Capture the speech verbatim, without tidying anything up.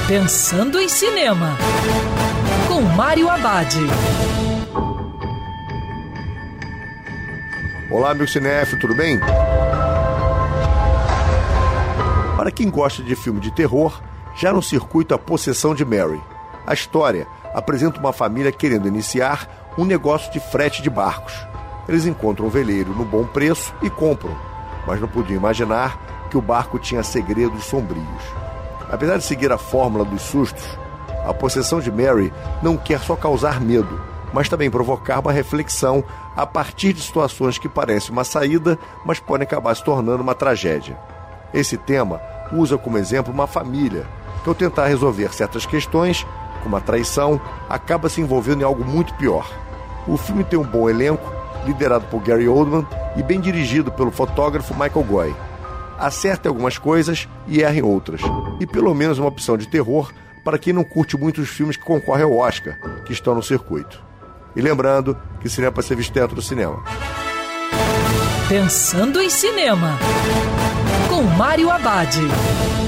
Pensando em Cinema, com Mário Abad. Olá, amigo cinéfilo, tudo bem? Para quem gosta de filme de terror, já no circuito A Possessão de Mary. A história apresenta uma família querendo iniciar um negócio de frete de barcos. Eles encontram um veleiro no bom preço e compram, mas não podiam imaginar que o barco tinha segredos sombrios. Apesar de seguir a fórmula dos sustos, A Possessão de Mary não quer só causar medo, mas também provocar uma reflexão a partir de situações que parecem uma saída, mas podem acabar se tornando uma tragédia. Esse tema usa como exemplo uma família que, ao tentar resolver certas questões, como a traição, acaba se envolvendo em algo muito pior. O filme tem um bom elenco, liderado por Gary Oldman e bem dirigido pelo fotógrafo Michael Goy. Acerta em algumas coisas e erra em outras. E pelo menos uma opção de terror para quem não curte muito os filmes que concorrem ao Oscar, que estão no circuito. E lembrando que cinema é para ser visto dentro do cinema. Pensando em Cinema, com Mário Abad.